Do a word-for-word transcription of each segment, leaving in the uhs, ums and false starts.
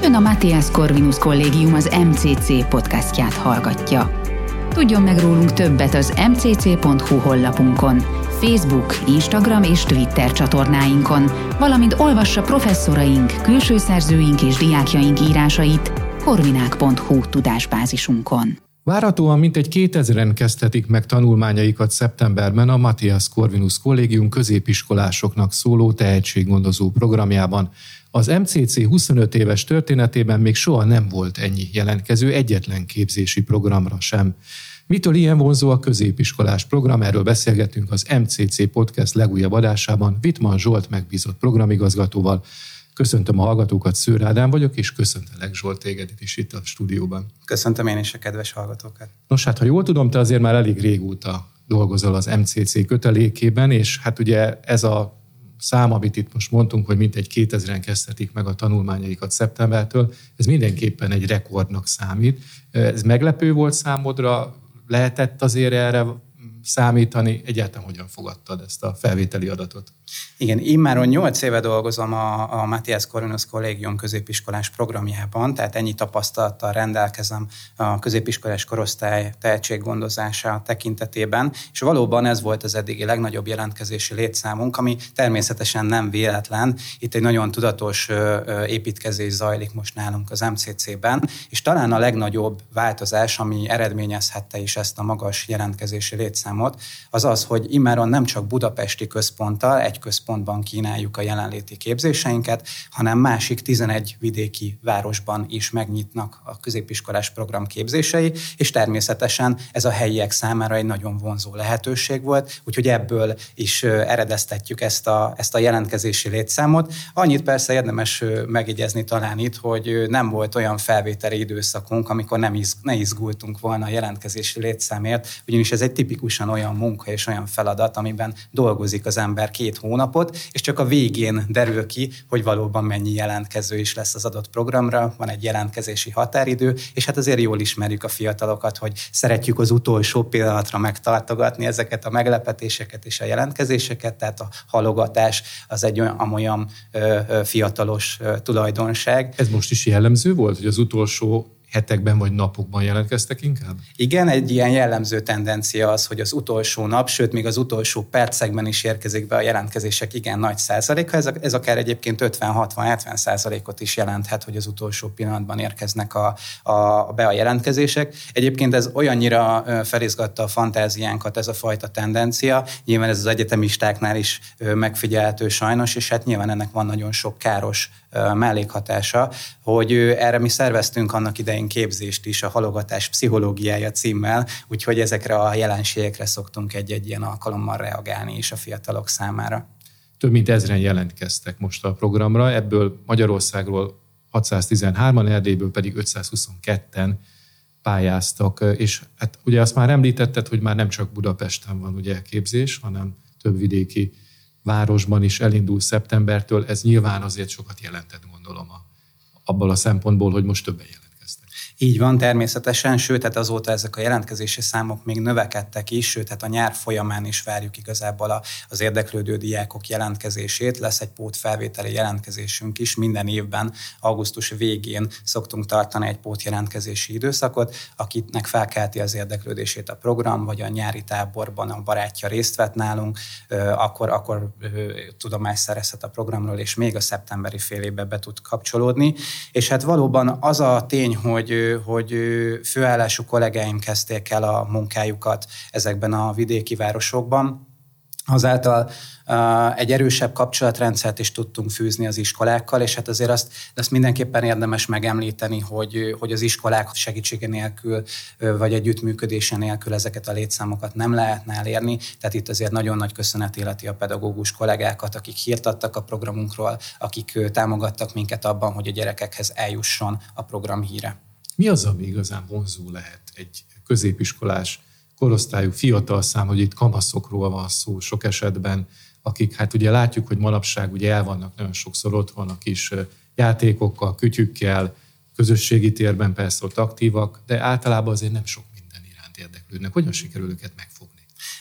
Ön a Matthias Corvinus Kollégium az em cé cé podcastját hallgatja. Tudjon meg rólunk többet az em cé cé pont hú honlapunkon, Facebook, Instagram és Twitter csatornáinkon, valamint olvassa professzoraink, külső szerzőink és diákjaink írásait corvinák pont hú tudásbázisunkon. Várhatóan mintegy kétezren kezdhetik meg tanulmányaikat szeptemberben a Matthias Corvinus Kollégium középiskolásoknak szóló tehetséggondozó programjában. Az em cé cé huszonöt éves történetében még soha nem volt ennyi jelentkező egyetlen képzési programra sem. Mitől ilyen vonzó a középiskolás program? Erről beszélgetünk az em cé cé Podcast legújabb adásában Wittmann Zsolt megbízott programigazgatóval. Köszöntöm a hallgatókat, Szőr Ádám vagyok, és köszöntelek Zsolt téged is itt a stúdióban. Köszöntöm én is a kedves hallgatókat. Nos, hát ha jól tudom, te azért már elég régóta dolgozol az em cé cé kötelékében, és hát ugye ez a szám, amit itt most mondtunk, hogy mintegy kétezren kezdhetik meg a tanulmányaikat szeptembertől, ez mindenképpen egy rekordnak számít. Ez meglepő volt számodra? Lehetett azért erre számítani? Egyáltalán hogyan fogadtad ezt a felvételi adatot? Igen, immáron nyolc éve dolgozom a, a Matthias Corvinus Kollégium középiskolás programjában, tehát ennyi tapasztalattal rendelkezem a középiskolás korosztály tehetséggondozása tekintetében, és valóban ez volt az eddigi legnagyobb jelentkezési létszámunk, ami természetesen nem véletlen. Itt egy nagyon tudatos építkezés zajlik most nálunk az em cé cében, és talán a legnagyobb változás, ami eredményezhette is ezt a magas jelentkezési létszámot, az az, hogy immáron nem csak budapesti központtal, egy központban kínáljuk a jelenléti képzéseinket, hanem másik tizenegy vidéki városban is megnyitnak a középiskolás program képzései, és természetesen ez a helyiek számára egy nagyon vonzó lehetőség volt, úgyhogy ebből is eredeztetjük ezt a, ezt a jelentkezési létszámot. Annyit persze érdemes megjegyezni talán itt, hogy nem volt olyan felvételi időszakunk, amikor nem iz, ne izgultunk volna a jelentkezési létszámért, ugyanis ez egy tipikusan olyan munka és olyan feladat, amiben dolgozik az ember két hónapot, és csak a végén derül ki, hogy valóban mennyi jelentkező is lesz az adott programra, van egy jelentkezési határidő, és hát azért jól ismerjük a fiatalokat, hogy szeretjük az utolsó pillanatra megtartogatni ezeket a meglepetéseket és a jelentkezéseket, tehát a halogatás az egy olyan, olyan ö, ö, fiatalos ö, tulajdonság. Ez most is jellemző volt, hogy az utolsó hetekben vagy napokban jelentkeztek inkább? Igen, egy ilyen jellemző tendencia az, hogy az utolsó nap, sőt még az utolsó percekben is érkezik be a jelentkezések igen nagy százaléka. Ez, ez akár egyébként ötven-hatvan-hetven százalékot is jelenthet, hogy az utolsó pillanatban érkeznek a, a, be a jelentkezések. Egyébként ez olyannyira felizgatta a fantáziánkat ez a fajta tendencia, nyilván ez az egyetemistáknál is megfigyelhető sajnos, és hát nyilván ennek van nagyon sok káros mellékhatása, hogy erre mi szerveztünk annak idején képzést is, a halogatás pszichológiája címmel, úgyhogy ezekre a jelenségekre szoktunk egy-egy ilyen alkalommal reagálni is a fiatalok számára. Több mint ezren jelentkeztek most a programra, ebből Magyarországról hatszáztizenhárman, Erdélyből pedig ötszázhuszonketten pályáztak, és hát ugye azt már említetted, hogy már nem csak Budapesten van ugye képzés, hanem több vidéki városban is elindul szeptembertől, ez nyilván azért sokat jelentett, gondolom, a, abból a szempontból, hogy most többen jelentkeztek. Így van, természetesen, sőt, hát azóta ezek a jelentkezési számok még növekedtek is, sőt, hát a nyár folyamán is várjuk igazából az érdeklődő diákok jelentkezését. Lesz egy pótfelvételi jelentkezésünk is, minden évben augusztus végén szoktunk tartani egy pótjelentkezési időszakot, akiknek felkelti az érdeklődését a program, vagy a nyári táborban a barátja részt vett nálunk, akkor, akkor tudomást szerezhet a programról, és még a szeptemberi fél évben be tud kapcsolódni. És hát valóban az a tény, hogy hogy főállású kollégáim kezdték el a munkájukat ezekben a vidéki városokban. Azáltal uh, egy erősebb kapcsolatrendszert is tudtunk fűzni az iskolákkal, és hát azért azt, azt mindenképpen érdemes megemlíteni, hogy, hogy az iskolák segítsége nélkül, vagy együttműködése nélkül ezeket a létszámokat nem lehetne elérni. Tehát itt azért nagyon nagy köszönet illeti a pedagógus kollégákat, akik hírt adtak a programunkról, akik támogattak minket abban, hogy a gyerekekhez eljusson a program híre. Mi az, ami igazán vonzó lehet egy középiskolás korosztályú fiatal szám, hogy itt kamaszokról van szó sok esetben, akik hát ugye látjuk, hogy manapság ugye el vannak nagyon sokszor otthon a kis játékokkal, kütyükkel, közösségi térben persze ott aktívak, de általában azért nem sok minden iránt érdeklődnek. Hogyan sikerül őket megfogni?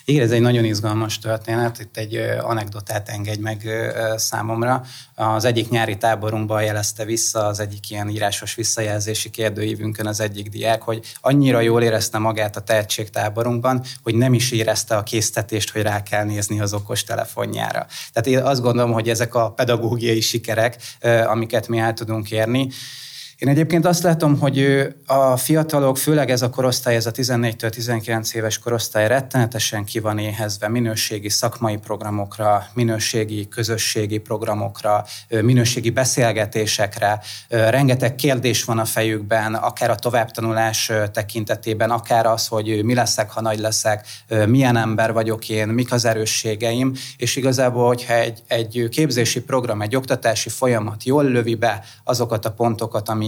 Igen, ez egy nagyon izgalmas történet. Itt egy anekdotát engedj meg számomra. Az egyik nyári táborunkban jelezte vissza az egyik ilyen írásos visszajelzési kérdőívünkön az egyik diák, hogy annyira jól érezte magát a tehetségtáborunkban, hogy nem is érezte a késztetést, hogy rá kell nézni az okos telefonjára. Tehát én azt gondolom, hogy ezek a pedagógiai sikerek, amiket mi el tudunk érni. Én egyébként azt látom, hogy a fiatalok, főleg ez a korosztály, ez a tizennégytől tizenkilenc éves korosztály rettenetesen ki van éhezve minőségi szakmai programokra, minőségi közösségi programokra, minőségi beszélgetésekre. Rengeteg kérdés van a fejükben, akár a továbbtanulás tekintetében, akár az, hogy mi leszek, ha nagy leszek, milyen ember vagyok én, mik az erősségeim, és igazából, hogyha egy, egy képzési program, egy oktatási folyamat jól lövi be azokat a pontokat, amik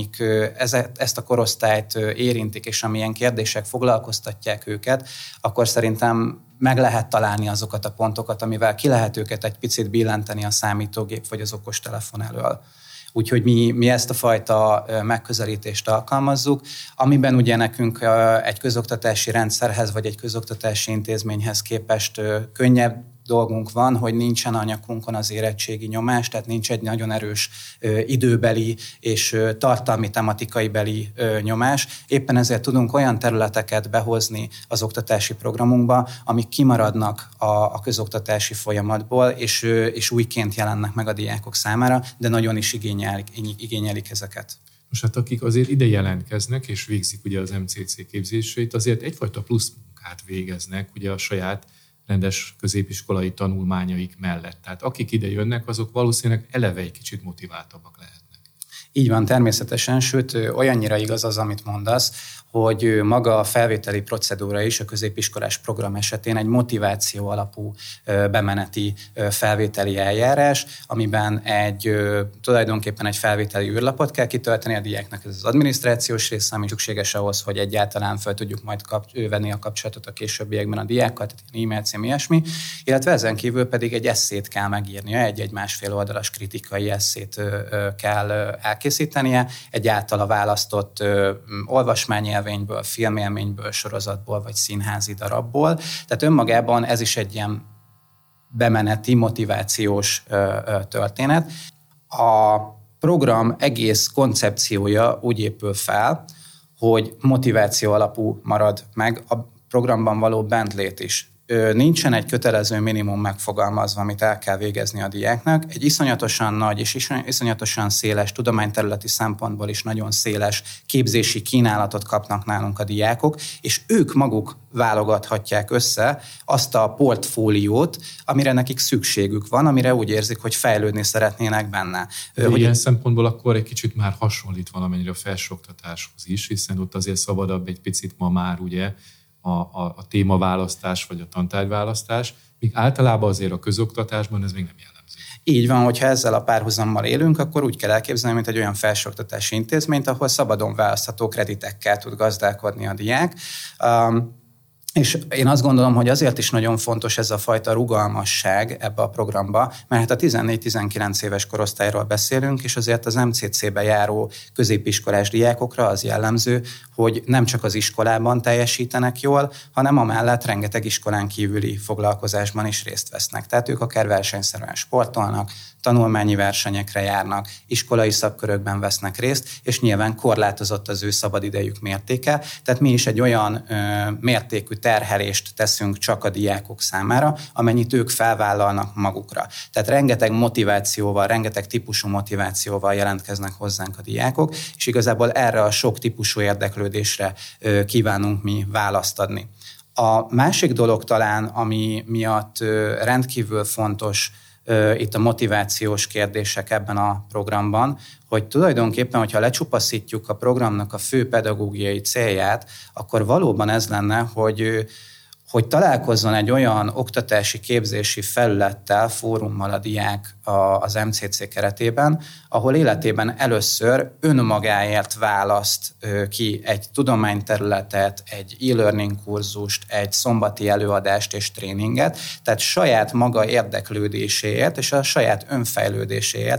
ezt a korosztályt érintik, és amilyen kérdések foglalkoztatják őket, akkor szerintem meg lehet találni azokat a pontokat, amivel ki lehet őket egy picit billenteni a számítógép vagy az okostelefon elől. Úgyhogy mi, mi ezt a fajta megközelítést alkalmazzuk, amiben ugye nekünk egy közoktatási rendszerhez vagy egy közoktatási intézményhez képest könnyebb dolgunk van, hogy nincsen a nyakunkon az érettségi nyomás, tehát nincs egy nagyon erős ö, időbeli és ö, tartalmi tematikai beli ö, nyomás. Éppen ezért tudunk olyan területeket behozni az oktatási programunkba, amik kimaradnak a, a közoktatási folyamatból, és, ö, és újként jelennek meg a diákok számára, de nagyon is igényelik, igényelik ezeket. Most hát akik azért ide jelentkeznek, és végzik ugye az em cé cé képzését, azért egyfajta plusz munkát végeznek ugye a saját rendes középiskolai tanulmányaik mellett. Tehát akik ide jönnek, azok valószínűleg eleve egy kicsit motiváltabbak lehetnek. Így van, természetesen, sőt, olyannyira igaz az, amit mondasz, hogy maga a felvételi procedúra is a középiskolás program esetén egy motiváció alapú bemeneti felvételi eljárás, amiben egy tulajdonképpen egy felvételi űrlapot kell kitölteni a diáknak, ez az adminisztrációs része, ami szükséges ahhoz, hogy egyáltalán fel tudjuk majd kap- venni a kapcsolatot a későbbiekben a diákkal, tehát e-mail cím, ilyesmi, illetve ezen kívül pedig egy esszét kell megírnia, egy-egy másfél oldalas kritikai esszét kell elkészítenie, egy általa választott olvasmányelvényből, filmélményből, sorozatból vagy színházi darabból. Tehát önmagában ez is egy ilyen bemeneti, motivációs ö, ö, történet. A program egész koncepciója úgy épül fel, hogy motiváció alapú marad meg a programban való bentlét is. Nincsen egy kötelező minimum megfogalmazva, amit el kell végezni a diáknak. Egy iszonyatosan nagy és iszonyatosan széles, tudományterületi szempontból is nagyon széles képzési kínálatot kapnak nálunk a diákok, és ők maguk válogathatják össze azt a portfóliót, amire nekik szükségük van, amire úgy érzik, hogy fejlődni szeretnének benne. De hogy ilyen szempontból akkor egy kicsit már hasonlít valamennyire a felsőoktatáshoz is, hiszen ott azért szabadabb egy picit ma már, ugye, A, a, a témaválasztás vagy a tantárgyválasztás, míg általában azért a közoktatásban ez még nem jellemző. Így van, hogyha ezzel a párhuzammal élünk, akkor úgy kell elképzelni, mint egy olyan felsőoktatási intézményt, ahol szabadon választható kreditekkel tud gazdálkodni a diák. Um, És én azt gondolom, hogy azért is nagyon fontos ez a fajta rugalmasság ebbe a programba, mert hát a tizennégy-tizenkilenc éves korosztályról beszélünk, és azért az em cé cé-be járó középiskolás diákokra az jellemző, hogy nem csak az iskolában teljesítenek jól, hanem amellett rengeteg iskolán kívüli foglalkozásban is részt vesznek. Tehát ők akár versenyszerűen sportolnak, tanulmányi versenyekre járnak, iskolai szakkörökben vesznek részt, és nyilván korlátozott az ő szabadidejük mértéke. Tehát mi is egy olyan ö, mértékű terhelést teszünk csak a diákok számára, amennyit ők felvállalnak magukra. Tehát rengeteg motivációval, rengeteg típusú motivációval jelentkeznek hozzánk a diákok, és igazából erre a sok típusú érdeklődésre ö, kívánunk mi választ adni. A másik dolog talán, ami miatt ö, rendkívül fontos itt a motivációs kérdések ebben a programban, hogy tulajdonképpen, hogyha lecsupaszítjuk a programnak a fő pedagógiai célját, akkor valóban ez lenne, hogy, hogy találkozzon egy olyan oktatási képzési felülettel, fórummal a diák az em cé cé keretében, ahol életében először önmagáért választ ki egy tudományterületet, egy e-learning kurzust, egy szombati előadást és tréninget, tehát saját maga érdeklődéséért és a saját önfejlődéséért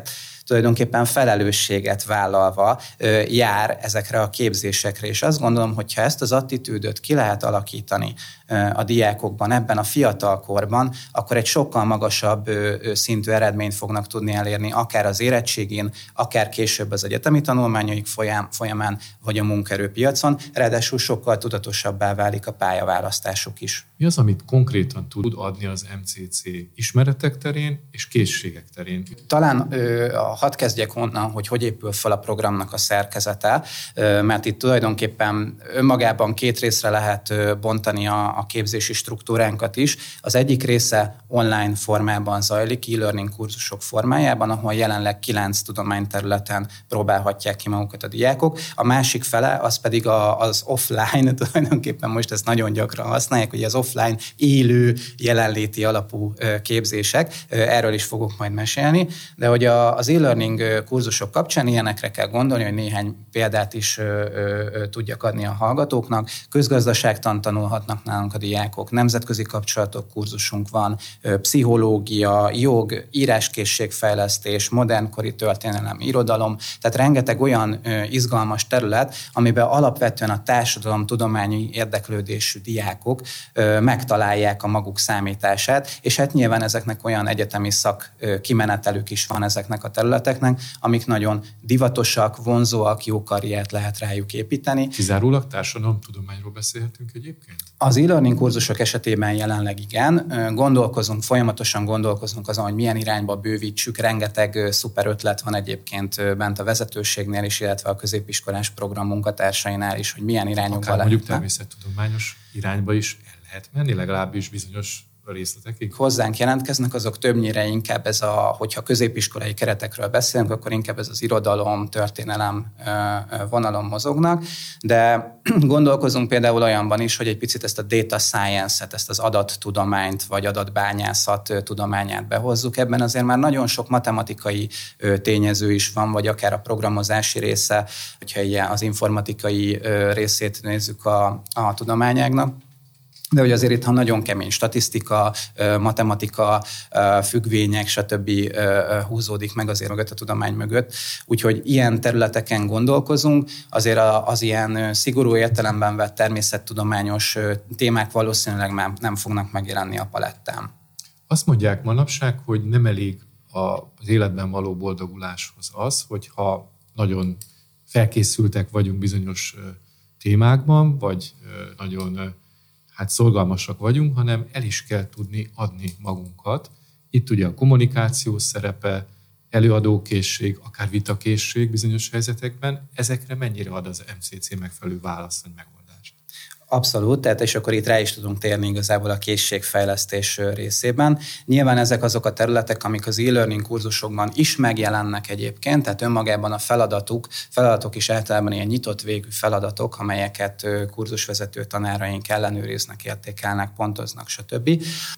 tulajdonképpen felelősséget vállalva jár ezekre a képzésekre. És azt gondolom, hogy ha ezt az attitűdöt ki lehet alakítani a diákokban, ebben a fiatal korban, akkor egy sokkal magasabb szintű eredményt fognak tudni elérni, akár az érettségén, akár később az egyetemi tanulmányaik folyamán, vagy a munkaerőpiacon, ráadásul sokkal tudatosabbá válik a pályaválasztásuk is. Mi az, amit konkrétan tud adni az em cé cé ismeretek terén és készségek terén? Talán ö, hadd kezdjek onnan, hogy hogy épül fel a programnak a szerkezete, ö, mert itt tulajdonképpen önmagában két részre lehet ö, bontani a, a képzési struktúránkat is. Az egyik része online formában zajlik, e-learning kurzusok formájában, ahol jelenleg kilenc tudományterületen próbálhatják ki magukat a diákok. A másik fele az pedig a, az offline, tulajdonképpen most ezt nagyon gyakran használják, hogy az offline élő jelenléti alapú képzések. Erről is fogok majd mesélni, de hogy az e-learning kurzusok kapcsán ilyenekre kell gondolni, hogy néhány példát is tudjak adni a hallgatóknak. Közgazdaságtan tanulhatnak nálunk a diákok, nemzetközi kapcsolatok kurzusunk van, pszichológia, jog, íráskészségfejlesztés, modernkori történelem, irodalom, tehát rengeteg olyan izgalmas terület, amiben alapvetően a társadalomtudományi érdeklődésű diákok megtalálják a maguk számítását, és hát nyilván ezeknek olyan egyetemi szak kimenetelük is van ezeknek a területeknek, amik nagyon divatosak, vonzóak, jó karriert lehet rájuk építeni. Kizárólag társadalomtudományról beszélhetünk egyébként? Az e-learning kurzusok esetében jelenleg igen. Gondolkozunk, folyamatosan gondolkozunk azon, hogy milyen irányba bővítsük. Rengeteg szuper ötlet van egyébként bent a vezetőségnél is, illetve a középiskolás program munkatársainál is, hogy milyen irányokba lehet. Akár mondjuk természettudományos irányba is el lehet menni, legalábbis bizonyos részletekig. Hozzánk jelentkeznek, azok többnyire inkább ez a, hogyha középiskolai keretekről beszélünk, akkor inkább ez az irodalom, történelem vonalon mozognak, de gondolkozunk például olyanban is, hogy egy picit ezt a data science-et, ezt az adattudományt, vagy adatbányászat tudományát behozzuk. Ebben azért már nagyon sok matematikai tényező is van, vagy akár a programozási része, hogyha ilyen az informatikai részét nézzük a, a tudományágnak. De hogy azért itt, ha nagyon kemény statisztika, matematika, függvények, stb. Húzódik meg azért mögött a tudomány mögött. Úgyhogy ilyen területeken gondolkozunk, azért az ilyen szigorú értelemben vett természettudományos témák valószínűleg már nem fognak megjelenni a palettán. Azt mondják manapság, hogy nem elég az életben való boldoguláshoz az, hogyha nagyon felkészültek vagyunk bizonyos témákban, vagy nagyon hát szorgalmasak vagyunk, hanem el is kell tudni adni magunkat. Itt ugye a kommunikáció szerepe, előadókészség, akár vitakészség bizonyos helyzetekben. Ezekre mennyire ad az em cé cé megfelelő választ vagy megoldást? Abszolút, tehát és akkor itt rá is tudunk térni igazából a készségfejlesztés részében. Nyilván ezek azok a területek, amik az e-learning kurzusokban is megjelennek egyébként, tehát önmagában a feladatuk, feladatok is általában ilyen nyitott végű feladatok, amelyeket kurzusvezető tanáraink ellenőriznek, értékelnek, pontoznak, stb.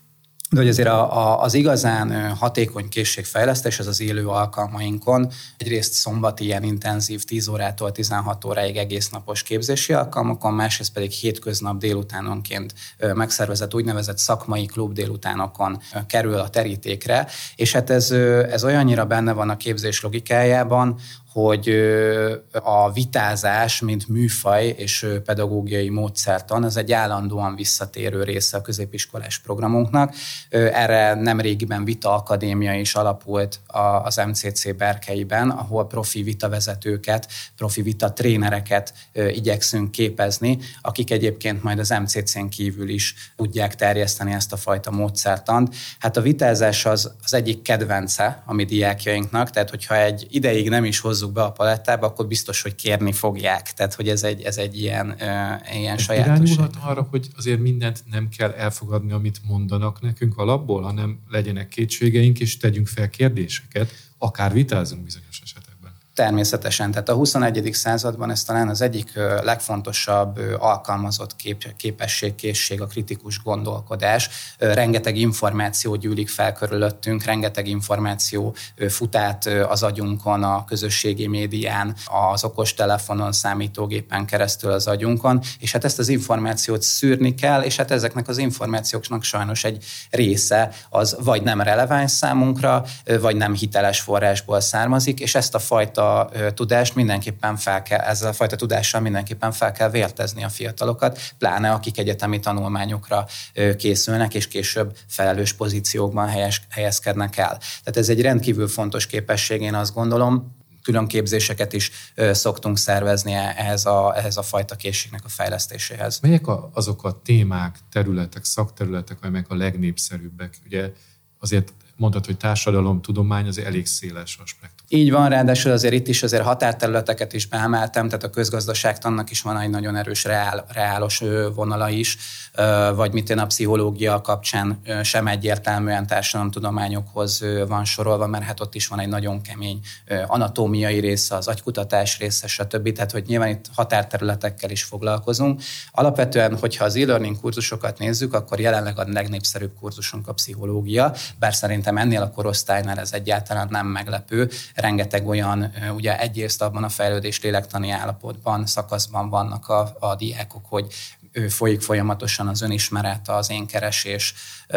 De hogy azért a, a, az igazán hatékony készségfejlesztés az az élő alkalmainkon. Egyrészt szombati ilyen intenzív tíz órától tizenhat óráig egész napos képzési alkalmakon, másrészt pedig hétköznap délutánonként megszervezett úgynevezett szakmai klub délutánokon kerül a terítékre. És hát ez, ez olyannyira benne van a képzés logikájában, hogy a vitázás, mint műfaj és pedagógiai módszertan, ez egy állandóan visszatérő része a középiskolás programunknak. Erre nemrégiben Vita Akadémia is alapult az em cé cé berkeiben, ahol profi vitavezetőket, profi vita trénereket igyekszünk képezni, akik egyébként majd az em cé cén kívül is tudják terjeszteni ezt a fajta módszertant. Hát a vitázás az, az egyik kedvence a mi diákjainknak, tehát hogyha egy ideig nem is hozzuk be a palettába, akkor biztos, hogy kérni fogják. Tehát, hogy ez egy, ez egy ilyen, uh, ilyen sajátosság. Irányulhat arra, hogy azért mindent nem kell elfogadni, amit mondanak nekünk alapból, hanem legyenek kétségeink, és tegyünk fel kérdéseket, akár vitázunk bizonyos esetekben. Természetesen. Tehát a huszonegyedik században ez talán az egyik legfontosabb alkalmazott kép- képesség, készség, a kritikus gondolkodás. Rengeteg információ gyűlik fel körülöttünk, rengeteg információ fut át az agyunkon, a közösségi médián, az okostelefonon, számítógépen keresztül az agyunkon, és hát ezt az információt szűrni kell, és hát ezeknek az információknak sajnos egy része az vagy nem releváns számunkra, vagy nem hiteles forrásból származik, és ezt a fajta a tudást mindenképpen fel kell, ezzel a fajta tudással mindenképpen fel kell vértezni a fiatalokat, pláne akik egyetemi tanulmányokra készülnek, és később felelős pozíciókban helyes, helyezkednek el. Tehát ez egy rendkívül fontos képesség, én azt gondolom. Külön képzéseket is szoktunk szervezni ehhez a, ehhez a fajta készségnek a fejlesztéséhez. Melyek a, azok a témák, területek, szakterületek, amelyek a legnépszerűbbek? Ugye azért mondhatod, hogy társadalomtudomány az elég széles aspektus. Így van, ráadásul azért itt is azért határterületeket is beemeltem, tehát a közgazdaságtannak is van egy nagyon erős reál, reálos vonala is, vagy mit én a pszichológia kapcsán sem egyértelműen társadalomtudományokhoz van sorolva, mert hát ott is van egy nagyon kemény anatómiai része, az agykutatás része, stb. Tehát, hogy nyilván itt határterületekkel is foglalkozunk. Alapvetően, hogyha az e-learning kurzusokat nézzük, akkor jelenleg a legnépszerűbb kurzusunk a pszichológia, bár szerintem ennél a korosztálynál ez egyáltalán nem meglepő. Rengeteg olyan, ugye egyrészt abban a fejlődés lélektani állapotban, szakaszban vannak a, a diákok, hogy folyik folyamatosan az önismeret, az énkeresés,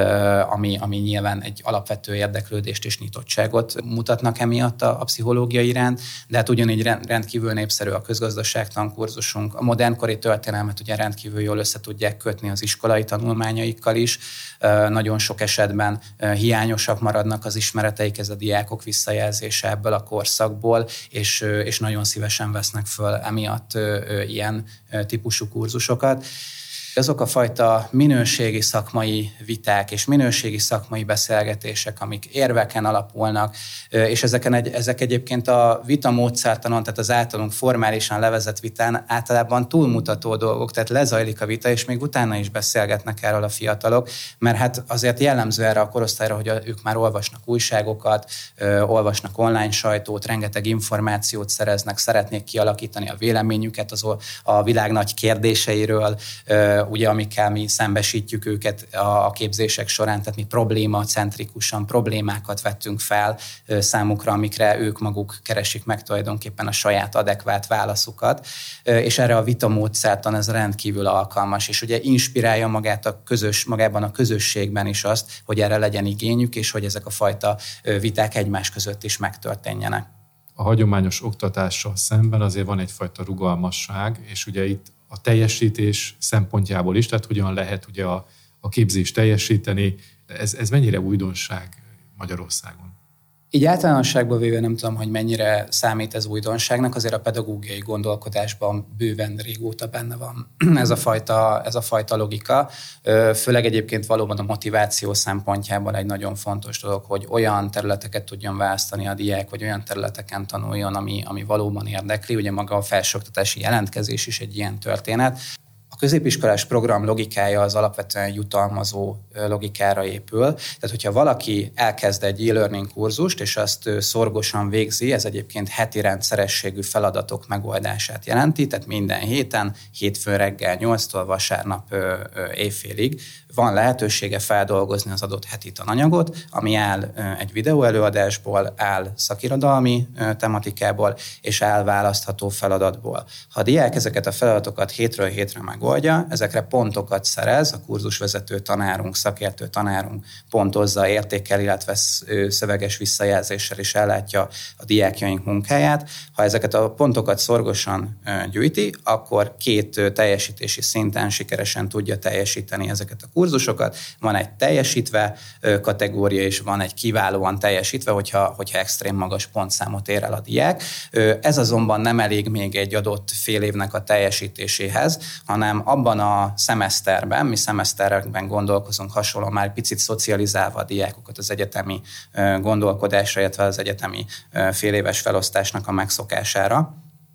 ami, ami nyilván egy alapvető érdeklődést és nyitottságot mutatnak emiatt a, a pszichológia iránt, de hát ugyanígy rendkívül népszerű a közgazdaságtan kurzusunk. A modernkori történelmet ugye rendkívül jól össze tudják kötni az iskolai tanulmányaikkal is. Nagyon sok esetben hiányosak maradnak az ismereteik, ez a diákok visszajelzése ebből a korszakból, és, és nagyon szívesen vesznek föl emiatt ilyen típusú kurzusokat. Azok a fajta minőségi szakmai viták és minőségi szakmai beszélgetések, amik érveken alapulnak, és ezeken egy, ezek egyébként a vita módszertanon, tehát az általunk formálisan levezett vitán általában túlmutató dolgok, tehát lezajlik a vita, és még utána is beszélgetnek erről a fiatalok, mert hát azért jellemző erre a korosztályra, hogy ők már olvasnak újságokat, olvasnak online sajtót, rengeteg információt szereznek, szeretnék kialakítani a véleményüket az a világ nagy kérdéseiről, ugye, amikkel mi szembesítjük őket a képzések során, tehát mi problémacentrikusan problémákat vettünk fel számukra, amikre ők maguk keresik meg tulajdonképpen a saját adekvát válaszukat, és erre a vita módszertan ez rendkívül alkalmas, és ugye inspirálja magát a közös, magában a közösségben is azt, hogy erre legyen igényük, és hogy ezek a fajta viták egymás között is megtörténjenek. A hagyományos oktatással szemben azért van egyfajta rugalmasság, és ugye itt a teljesítés szempontjából is, tehát hogyan lehet ugye a, a képzést teljesíteni, ez, ez mennyire újdonság Magyarországon? Így általánosságban véve nem tudom, hogy mennyire számít ez újdonságnak, azért a pedagógiai gondolkodásban bőven régóta benne van ez a fajta, ez a fajta logika. Főleg egyébként valóban a motiváció szempontjából egy nagyon fontos dolog, hogy olyan területeket tudjon választani a diák, vagy olyan területeken tanuljon, ami, ami valóban érdekli. Ugye maga a felsőoktatási jelentkezés is egy ilyen történet. A középiskolás program logikája az alapvetően jutalmazó logikára épül. Tehát, hogyha valaki elkezd egy e-learning kurzust, és azt szorgosan végzi, ez egyébként heti rendszerességű feladatok megoldását jelenti, tehát minden héten, hétfőn reggel nyolctól vasárnap éjfélig van lehetősége feldolgozni az adott heti tananyagot, ami áll egy videóelőadásból, áll szakirodalmi tematikából, és áll választható feladatból. Ha a diák ezeket a feladatokat hétről hétre megoldja, ezekre pontokat szerez, a kurzusvezető tanárunk, szakértő tanárunk pontozza, értékel, illetve szöveges visszajelzéssel is ellátja a diákjaink munkáját. Ha ezeket a pontokat szorgosan gyűjti, akkor két teljesítési szinten sikeresen tudja teljesíteni ezeket a kurzusokat. Van egy teljesítve kategória, és van egy kiválóan teljesítve, hogyha, hogyha extrém magas pontszámot ér el a diák. Ez azonban nem elég még egy adott fél évnek a teljesítéséhez, hanem abban a szemeszterben, mi szemeszterekben gondolkozunk hasonlóan, már picit szocializálva a diákokat az egyetemi gondolkodásra, illetve az egyetemi féléves felosztásnak a megszokására.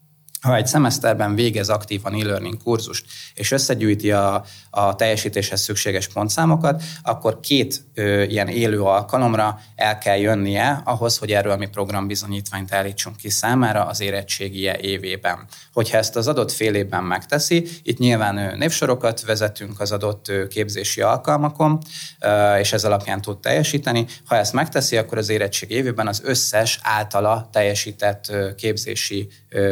ha egy szemeszterben végez aktívan e-learning kurzust, és összegyűjti a, a teljesítéshez szükséges pontszámokat, akkor két ö, ilyen élő alkalomra el kell jönnie ahhoz, hogy erről mi programbizonyítványt állítsunk ki számára az érettségie évében. Hogyha ezt az adott fél évben megteszi, itt nyilván névsorokat vezetünk az adott képzési alkalmakon, és ez alapján tud teljesíteni. Ha ezt megteszi, akkor az érettség évében az összes általa teljesített képzési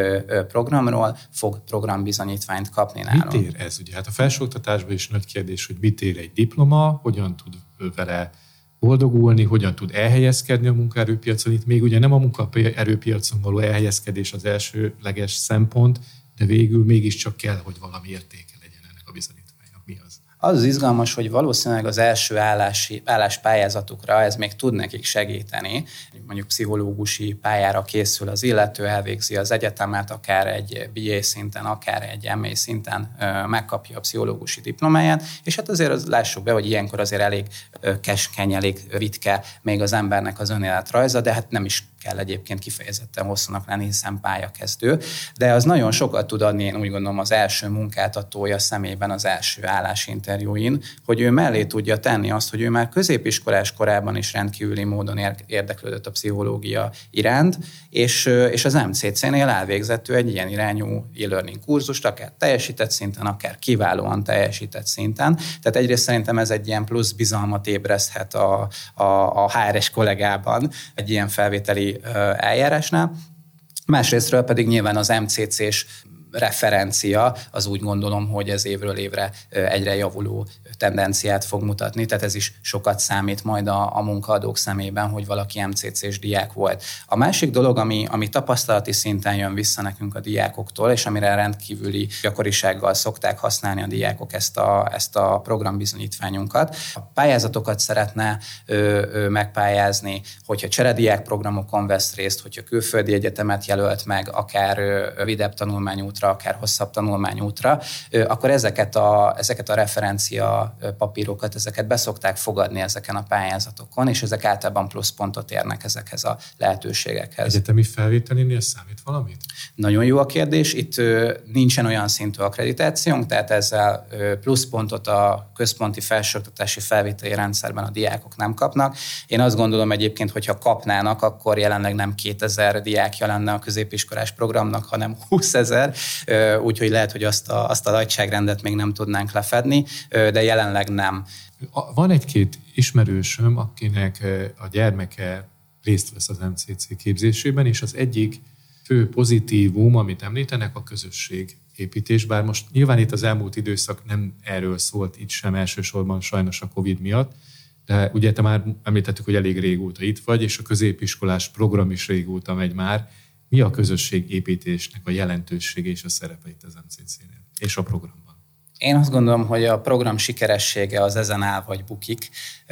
programról fog programbizonyítványt kapni nálunk. Mit ér ez? Ugye hát a felsőoktatásban is nagy kérdés, hogy mit ér egy diploma, hogyan tud vele boldogulni, hogyan tud elhelyezkedni a munkaerőpiacon. Itt még ugye nem a munkaerőpiacon való elhelyezkedés az elsőleges szempont, de végül mégiscsak kell, hogy valami értéke legyen ennek a bizonyítványnak. Mi az? Az az izgalmas, hogy valószínűleg az első állási, álláspályázatukra ez még tud nekik segíteni. Mondjuk pszichológusi pályára készül az illető, elvégzi az egyetemet, akár egy bé á szinten, akár egy em á szinten megkapja a pszichológusi diplomáját, és hát azért az, lássuk be, hogy ilyenkor azért elég keskeny, elég ritke még az embernek az önéletrajza, de hát nem is kell egyébként kifejezetten hosszúnak lenni, hiszen pályakezdő, de az nagyon sokat tud adni, én úgy gondolom, az első munkáltatója szemében az első állásinterjúin, hogy ő mellé tudja tenni azt, hogy ő már középiskolás korában is rendkívüli módon érdeklődött a pszichológia iránt, és, és az em cé cé-nél elvégzett ő egy ilyen irányú e-learning kurzust, akár teljesített szinten, akár kiválóan teljesített szinten. Tehát egyrészt szerintem ez egy ilyen plusz bizalmat ébreszthet a, a, a há er es kollégában egy ilyen felvételi eljárásnál. Másrésztről pedig nyilván az em cé cés referencia, az úgy gondolom, hogy ez évről évre egyre javuló tendenciát fog mutatni, tehát ez is sokat számít majd a, a munkaadók szemében, hogy valaki em cé cés diák volt. A másik dolog, ami, ami tapasztalati szinten jön vissza nekünk a diákoktól, és amire rendkívüli gyakorisággal szokták használni a diákok ezt a, ezt a programbizonyítványunkat. A pályázatokat szeretne ö, ö, megpályázni, hogyha cserediák programokon vesz részt, hogyha külföldi egyetemet jelölt meg, akár ö, rövidebb tanulmányútra, akár hosszabb tanulmányútra, ö, akkor ezeket a, ezeket a referencia papírokat, ezeket beszokták fogadni ezeken a pályázatokon, és ezek általában pluszpontot érnek ezekhez a lehetőségekhez. Egyetemi felvételinél számít valamit? Nagyon jó a kérdés. Itt ö, nincsen olyan szintű akkreditációnk, tehát ezzel ö, pluszpontot a központi felsőoktatási felvételi rendszerben a diákok nem kapnak. Én azt gondolom egyébként, hogyha kapnának, akkor jelenleg nem kétezer diákja lenne a középiskolás programnak, hanem húszezer, úgyhogy lehet, hogy azt a, azt a nagyságrendet még nem tudnánk lefedni, de jelenleg nem. Van egy-két ismerősöm, akinek a gyermeke részt vesz az em cé cé képzésében, és az egyik fő pozitívum, amit említenek, a közösségépítés, bár most nyilván itt az elmúlt időszak nem erről szólt, itt sem elsősorban sajnos a Covid miatt, de ugye te már említettük, hogy elég régóta itt vagy, és a középiskolás program is régóta megy már. Mi a közösségépítésnek a jelentősége és a szerepe itt az em cé cé-nél és a programban? Én azt gondolom, hogy a program sikeressége az ezen áll vagy bukik.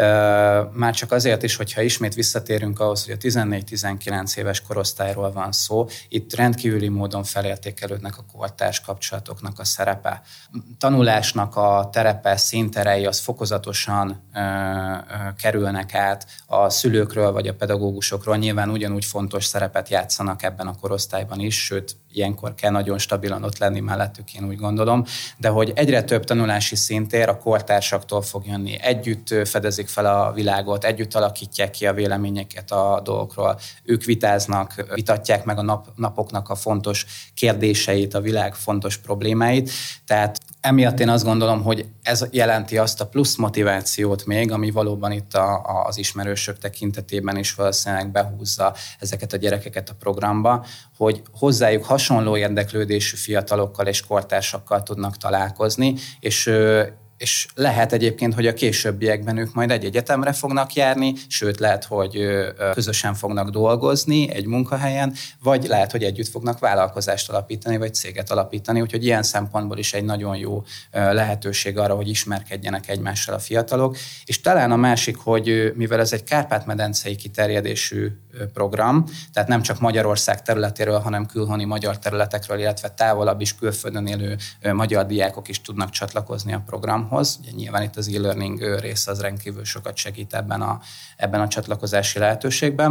Már csak azért is, hogyha ismét visszatérünk ahhoz, hogy a tizennégy-tizenkilenc éves korosztályról van szó, itt rendkívüli módon felértékelődnek a kortárs kapcsolatoknak a szerepe. Tanulásnak a terepe, színterei az fokozatosan ö, ö, kerülnek át a szülőkről vagy a pedagógusokról. Nyilván ugyanúgy fontos szerepet játszanak ebben a korosztályban is, sőt, ilyenkor kell nagyon stabilan ott lenni mellettük, én úgy gondolom, de hogy egyre több tanulási szintér a kortársaktól fog jönni. Együtt fedezik fel a világot, együtt alakítják ki a véleményeket a dolgokról. Ők vitáznak, vitatják meg a nap, napoknak a fontos kérdéseit, a világ fontos problémáit. Tehát emiatt én azt gondolom, hogy ez jelenti azt a plusz motivációt még, ami valóban itt a, a, az ismerősök tekintetében is valószínűleg behúzza ezeket a gyerekeket a programba, hogy hozzájuk hasonló érdeklődésű fiatalokkal és kortársakkal tudnak találkozni, és és lehet egyébként, hogy a későbbiekben ők majd egy egyetemre fognak járni, sőt lehet, hogy közösen fognak dolgozni egy munkahelyen, vagy lehet, hogy együtt fognak vállalkozást alapítani, vagy céget alapítani, úgyhogy ilyen szempontból is egy nagyon jó lehetőség arra, hogy ismerkedjenek egymással a fiatalok. És talán a másik, hogy mivel ez egy Kárpát-medencei kiterjedésű program, tehát nem csak Magyarország területéről, hanem külhoni magyar területekről, illetve távolabb is külföldön élő magyar diákok is tudnak csatlakozni a programhoz. Ugye nyilván itt az e-learning rész az rendkívül sokat segít ebben a, ebben a csatlakozási lehetőségben.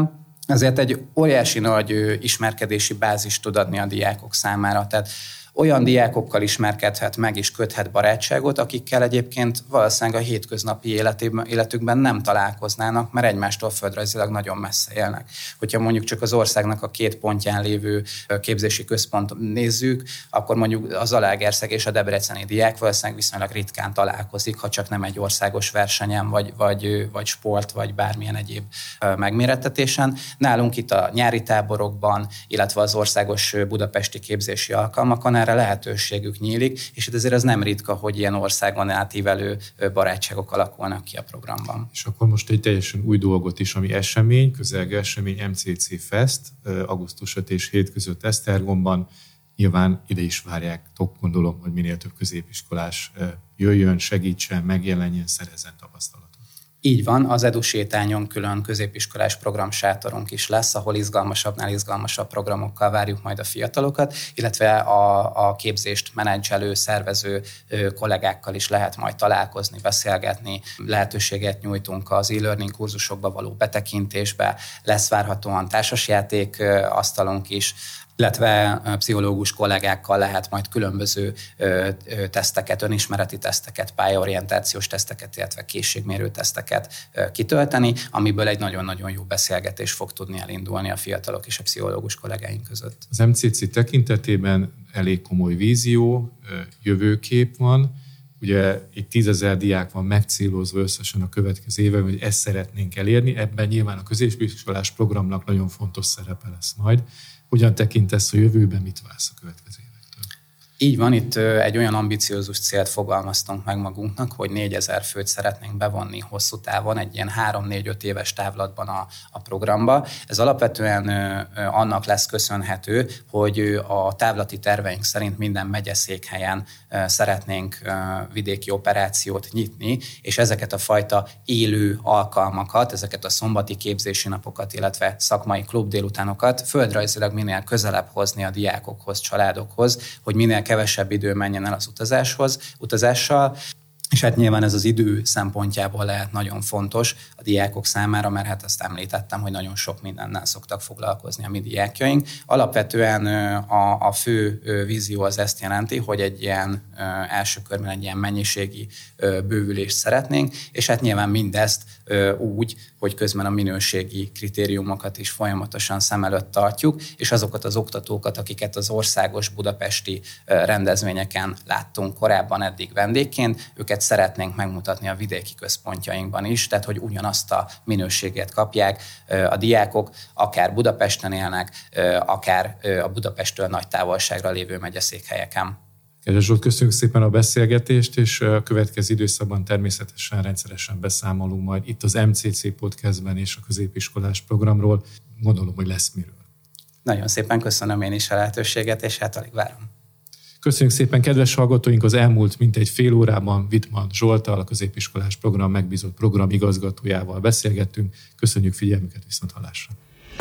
ezért egy óriási nagy ismerkedési bázist tud adni a diákok számára. Tehát olyan diákokkal ismerkedhet meg és köthet barátságot, akikkel egyébként valószínűleg a hétköznapi életében, életükben nem találkoznának, mert egymástól földrajzilag nagyon messze élnek. Hogyha mondjuk csak az országnak a két pontján lévő képzési központ nézzük, akkor mondjuk a Zalaegerszeg és a debreceni diák valószínűleg viszonylag ritkán találkozik, ha csak nem egy országos versenyen, vagy, vagy, vagy sport, vagy bármilyen egyéb megmérettetésen. Nálunk itt a nyári táborokban, illetve az országos budapesti képzési alkalmakon erre lehetőségük nyílik, és ezért ez nem ritka, hogy ilyen országon átívelő barátságok alakulnak ki a programban. És akkor most egy teljesen új dolgot is, ami esemény, közelgő esemény, em cé cé Fest, augusztus ötödike és hét között Esztergomban. Nyilván ide is várják, gondolom, hogy minél több középiskolás jöjjön, segítsen, megjelenjen, szerezzen tapasztalatot. Így van, az EduSétányon külön középiskolás programsátorunk is lesz, ahol izgalmasabbnál izgalmasabb programokkal várjuk majd a fiatalokat, illetve a, a képzést menedzselő, szervező kollégákkal is lehet majd találkozni, beszélgetni, lehetőséget nyújtunk az e-learning kurzusokba való betekintésbe, lesz várhatóan társasjáték asztalunk is, illetve pszichológus kollégákkal lehet majd különböző ö, ö, teszteket, önismereti teszteket, pályaorientációs teszteket, illetve készségmérő teszteket ö, kitölteni, amiből egy nagyon-nagyon jó beszélgetés fog tudni elindulni a fiatalok és a pszichológus kollégáink között. Az em cé cé tekintetében elég komoly vízió, jövőkép van. Ugye itt tízezer diák van megcélozva összesen a következő évben, hogy ezt szeretnénk elérni. Ebben nyilván a középiskolás programnak nagyon fontos szerepe lesz majd. Hogyan tekintesz a jövőben, mit vársz a következő évektől? Így van, itt egy olyan ambiciózus célt fogalmaztunk meg magunknak, hogy négyezer főt szeretnénk bevonni hosszú távon, egy ilyen három-négy-öt éves távlatban a, a programba. Ez alapvetően annak lesz köszönhető, hogy a távlati terveink szerint minden megyeszékhelyen szeretnénk vidéki operációt nyitni, és ezeket a fajta élő alkalmakat, ezeket a szombati képzési napokat, illetve szakmai klub délutánokat földrajzilag minél közelebb hozni a diákokhoz, családokhoz, hogy minél kevesebb idő menjen el az utazáshoz, utazással, és hát nyilván ez az idő szempontjából lehet nagyon fontos a diákok számára, mert hát azt említettem, hogy nagyon sok mindennel szoktak foglalkozni a mi diákjaink. Alapvetően a, a fő vízió az ezt jelenti, hogy egy ilyen első körben egy ilyen mennyiségi bővülést szeretnénk, és hát nyilván mindezt úgy, hogy közben a minőségi kritériumokat is folyamatosan szem előtt tartjuk, és azokat az oktatókat, akiket az országos budapesti rendezvényeken láttunk korábban eddig vendégként, őket szeretnénk megmutatni a vidéki központjainkban is, tehát hogy ugyanazt a minőséget kapják a diákok, akár Budapesten élnek, akár a Budapesttől nagy távolságra lévő megyeszékhelyeken. Kedves Zsolt, köszönjük szépen a beszélgetést, és a következő időszakban természetesen rendszeresen beszámolunk majd itt az em cé cé Podcastben és a középiskolás programról. Gondolom, hogy lesz miről. Nagyon szépen köszönöm én is a lehetőséget, és hát alig várom. Köszönjük szépen, kedves hallgatóink! Az elmúlt mintegy fél órában Wittmann Zsolttal, a középiskolás program megbízott program igazgatójával beszélgettünk. Köszönjük figyelmüket, viszonthallásra!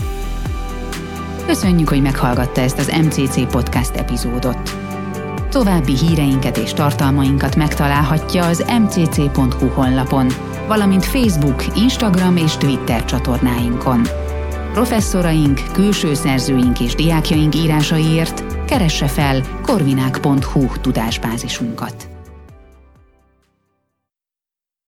Köszönjük, hogy meghallgatta ezt az em cé cé Podcast epizódot. További híreinket és tartalmainkat megtalálhatja az em cé cé pont hu honlapon, valamint Facebook, Instagram és Twitter csatornáinkon. Professzoraink, külső szerzőink és diákjaink írásaiért keresse fel korvinák pont hu tudásbázisunkat.